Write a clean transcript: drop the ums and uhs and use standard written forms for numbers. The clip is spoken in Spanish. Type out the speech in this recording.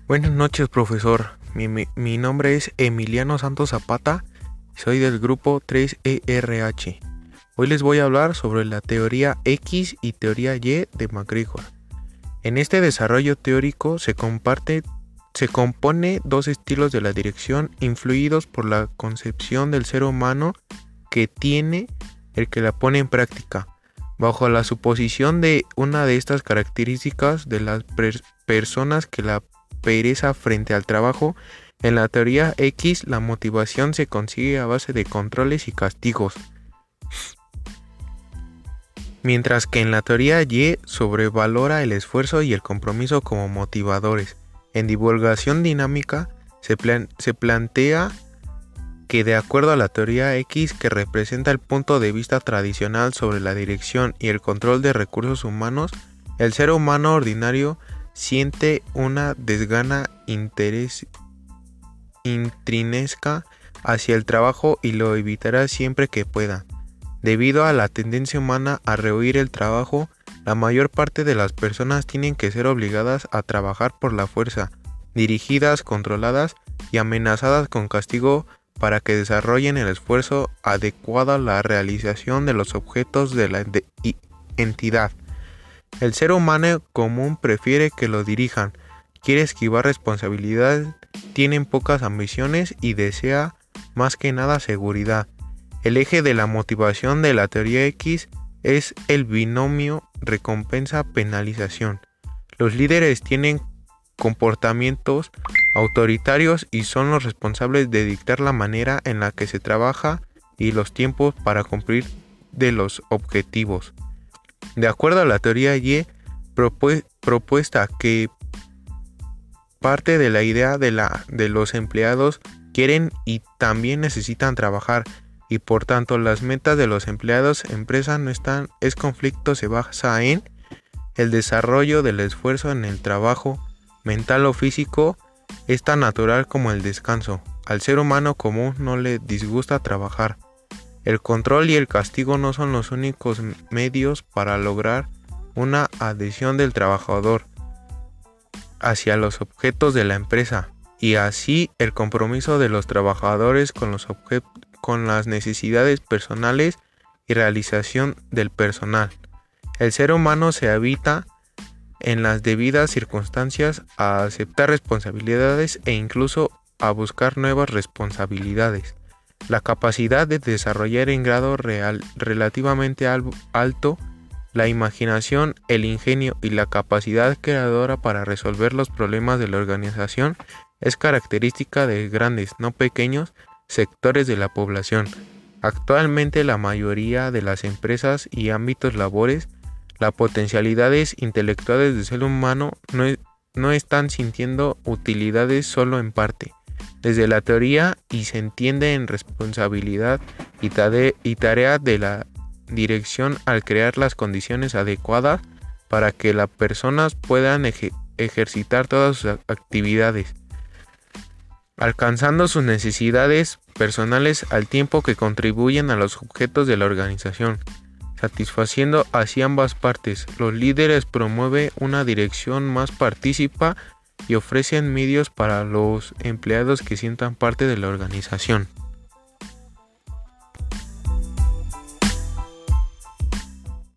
Buenas noches, profesor. Mi nombre es Emiliano Santos Zapata. Soy del grupo 3ERH. Hoy les voy a hablar sobre la teoría X y teoría Y de MacGregor. En este desarrollo teórico se compone dos estilos de la dirección influidos por la concepción del ser humano que tiene el que la pone en práctica. Bajo la suposición de una de estas características de las personas que la pereza frente al trabajo, en la teoría X la motivación se consigue a base de controles y castigos, mientras que en la teoría Y sobrevalora el esfuerzo y el compromiso como motivadores. En divulgación dinámica se plantea que, de acuerdo a la teoría X, que representa el punto de vista tradicional sobre la dirección y el control de recursos humanos, el ser humano ordinario siente una desgana intrínseca hacia el trabajo y lo evitará siempre que pueda. Debido a la tendencia humana a rehuir el trabajo, la mayor parte de las personas tienen que ser obligadas a trabajar por la fuerza, dirigidas, controladas y amenazadas con castigo para que desarrollen el esfuerzo adecuado a la realización de los objetos de la entidad. El ser humano común prefiere que lo dirijan, quiere esquivar responsabilidades, tiene pocas ambiciones y desea más que nada seguridad. El eje de la motivación de la teoría X es el binomio recompensa-penalización. Los líderes tienen comportamientos autoritarios y son los responsables de dictar la manera en la que se trabaja y los tiempos para cumplir de los objetivos. De acuerdo a la teoría Y propuesta, que parte de la idea de los empleados quieren y también necesitan trabajar, y por tanto las metas de los empleados empresa conflicto se basa en el desarrollo del esfuerzo en el trabajo mental o físico. Es tan natural como el descanso. Al ser humano común no le disgusta trabajar. El control y el castigo no son los únicos medios para lograr una adhesión del trabajador hacia los objetos de la empresa, y así el compromiso de los trabajadores con las necesidades personales y realización del personal. El ser humano se habita en las debidas circunstancias a aceptar responsabilidades e incluso a buscar nuevas responsabilidades. La capacidad de desarrollar en grado relativamente alto la imaginación, el ingenio y la capacidad creadora para resolver los problemas de la organización es característica de grandes, no pequeños, sectores de la población. Actualmente la mayoría de las empresas y ámbitos laborales, las potencialidades intelectuales del ser humano no están sintiendo utilidades solo en parte. Desde la teoría y se entiende en responsabilidad y tarea de la dirección al crear las condiciones adecuadas para que las personas puedan ejercitar todas sus actividades, alcanzando sus necesidades personales al tiempo que contribuyen a los objetos de la organización, satisfaciendo así ambas partes. Los líderes promueven una dirección más participa y ofrecen medios para los empleados que sientan parte de la organización.